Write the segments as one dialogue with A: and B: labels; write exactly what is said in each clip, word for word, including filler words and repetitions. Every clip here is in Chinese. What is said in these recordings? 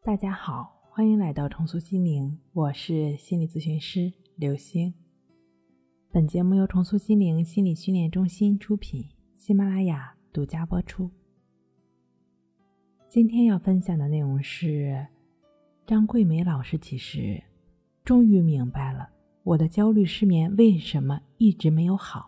A: 大家好，欢迎来到重塑心灵，我是心理咨询师刘星。本节目由重塑心灵心理训练中心出品，喜马拉雅独家播出。今天要分享的内容是张桂梅老师启示，终于明白了我的焦虑失眠为什么一直没有好。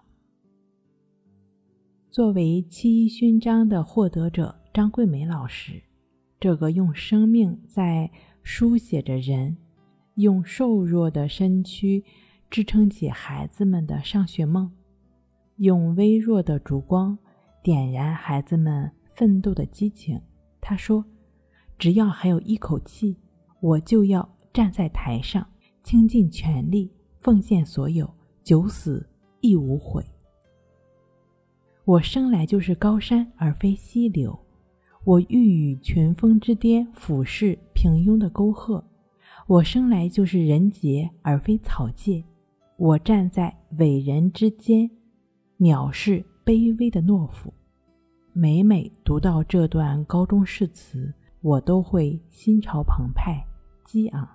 A: 作为七一勋章的获得者张桂梅老师，这个用生命在书写着人，用瘦弱的身躯支撑起孩子们的上学梦，用微弱的烛光点燃孩子们奋斗的激情。他说，只要还有一口气，我就要站在台上，倾尽全力，奉献所有，九死亦无悔。我生来就是高山而非溪流，我欲与群峰之巅俯视平庸的沟壑，我生来就是人杰而非草芥，我站在伟人之间，藐视卑微的懦夫。每每读到这段高中誓词，我都会心潮澎湃，激昂。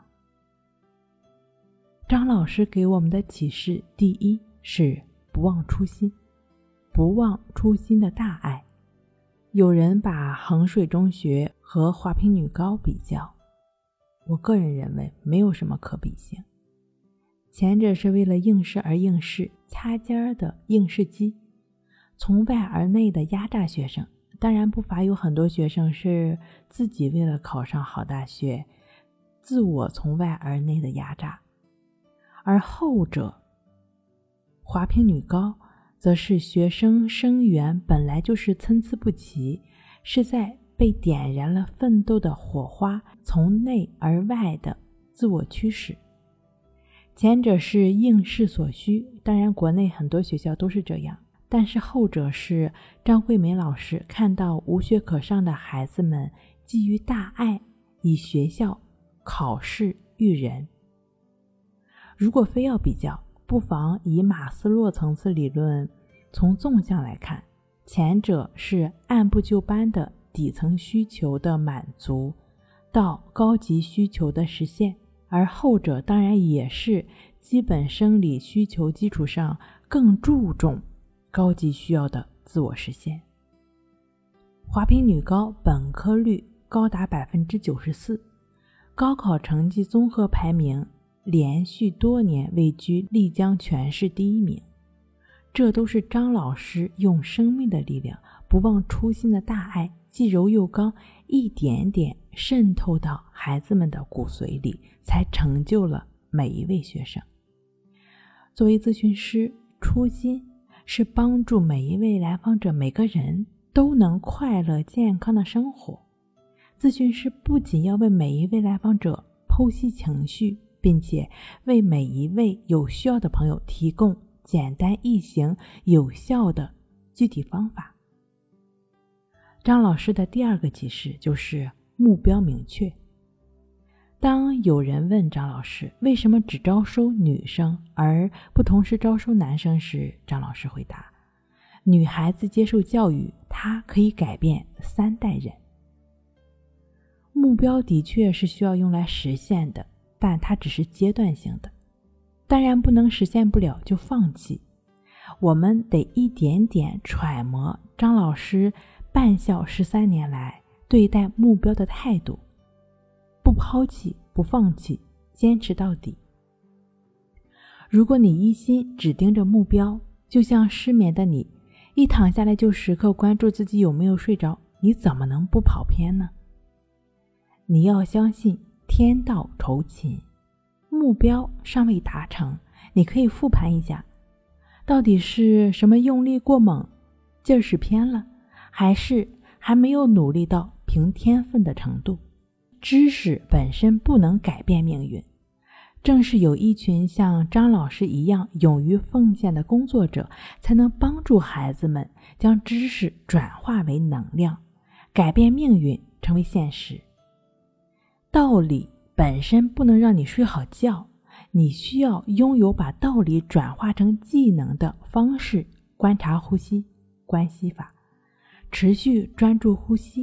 A: 张老师给我们的启示，第一是不忘初心，不忘初心的大爱。有人把衡水中学和华坪女高比较，我个人认为没有什么可比性。前者是为了应试而应试，擦尖的应试机，从外而内的压榨学生，当然不乏有很多学生是自己为了考上好大学，自我从外而内的压榨。而后者华坪女高则是学生生源本来就是参差不齐，是在被点燃了奋斗的火花，从内而外的自我驱使。前者是应试所需，当然国内很多学校都是这样，但是后者是张桂梅老师看到无学可上的孩子们基于大爱，以学校考试育人。如果非要比较，不妨以马斯洛层次理论从纵向来看，前者是按部就班的底层需求的满足到高级需求的实现，而后者当然也是基本生理需求基础上更注重高级需要的自我实现。华坪女高本科率高达 百分之九十四， 高考成绩综合排名连续多年位居丽江全市第一名，这都是张老师用生命的力量，不忘初心的大爱，既柔又刚，一点点渗透到孩子们的骨髓里，才成就了每一位学生。作为咨询师，初心是帮助每一位来访者，每个人都能快乐健康的生活。咨询师不仅要为每一位来访者剖析情绪，并且为每一位有需要的朋友提供简单易行有效的具体方法。张老师的第二个启示就是目标明确。当有人问张老师为什么只招收女生而不同时招收男生时，张老师回答，女孩子接受教育，她可以改变三代人。目标的确是需要用来实现的，但它只是阶段性的，当然不能实现不了就放弃。我们得一点点揣摩张老师办校十三年来对待目标的态度，不抛弃，不放弃，坚持到底。如果你一心只盯着目标，就像失眠的你，一躺下来就时刻关注自己有没有睡着，你怎么能不跑偏呢？你要相信天道酬勤，目标尚未达成，你可以复盘一下，到底是什么用力过猛，劲儿使偏了，还是还没有努力到凭天分的程度。知识本身不能改变命运，正是有一群像张老师一样勇于奉献的工作者，才能帮助孩子们将知识转化为能量，改变命运，成为现实。道理本身不能让你睡好觉，你需要拥有把道理转化成技能的方式。观察呼吸，关系法，持续专注呼吸，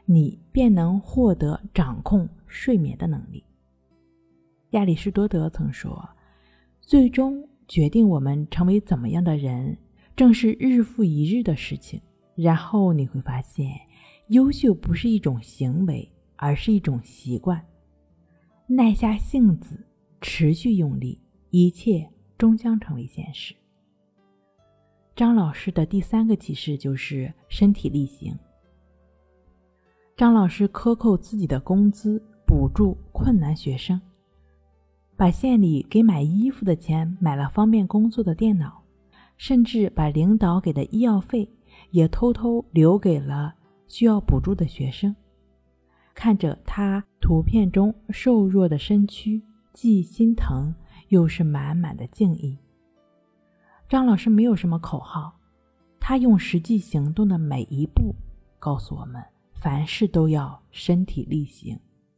A: 你便能获得掌控睡眠的能力。亚里士多德曾说，最终决定我们成为怎么样的人，正是日复一日的事情。然后你会发现，优秀不是一种行为，而是一种习惯。耐下性子，持续用力，一切终将成为现实。张老师的第三个启示就是身体力行。张老师克扣自己的工资，补助困难学生，把县里给买衣服的钱买了方便工作的电脑，甚至把领导给的医药费也偷偷留给了需要补助的学生。看着他图片中瘦弱的身躯，既心疼又是满满的敬意。张老师没有什么口号，他用实际行动的每一步告诉我们，凡事都要身体力行。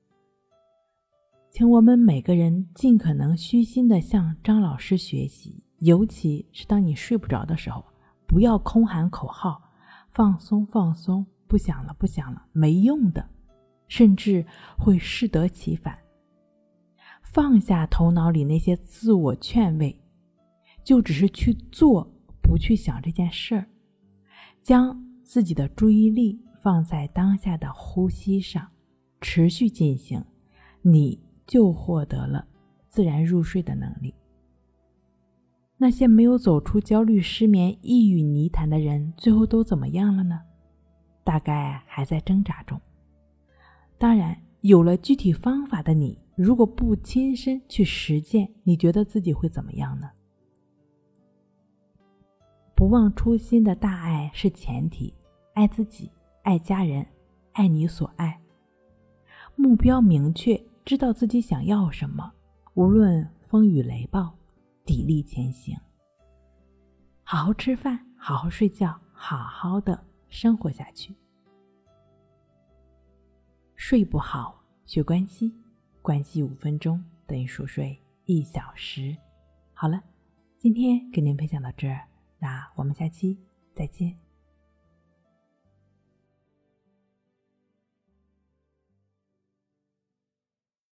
A: 请我们每个人尽可能虚心地向张老师学习，尤其是当你睡不着的时候，不要空喊口号，放松放松，不想了不想了，没用的，甚至会适得其反。放下头脑里那些自我劝慰，就只是去做，不去想这件事儿，将自己的注意力放在当下的呼吸上，持续进行，你就获得了自然入睡的能力。那些没有走出焦虑、失眠、抑郁泥潭的人，最后都怎么样了呢？大概还在挣扎中。当然，有了具体方法的你，如果不亲身去实践，你觉得自己会怎么样呢？不忘初心的大爱是前提，爱自己，爱家人，爱你所爱。目标明确，知道自己想要什么，无论风雨雷暴，砥砺前行。好好吃饭，好好睡觉，好好的生活下去。睡不好，学关系，关系五分钟等于熟睡一小时。好了，今天跟您分享到这儿，那我们下期再见。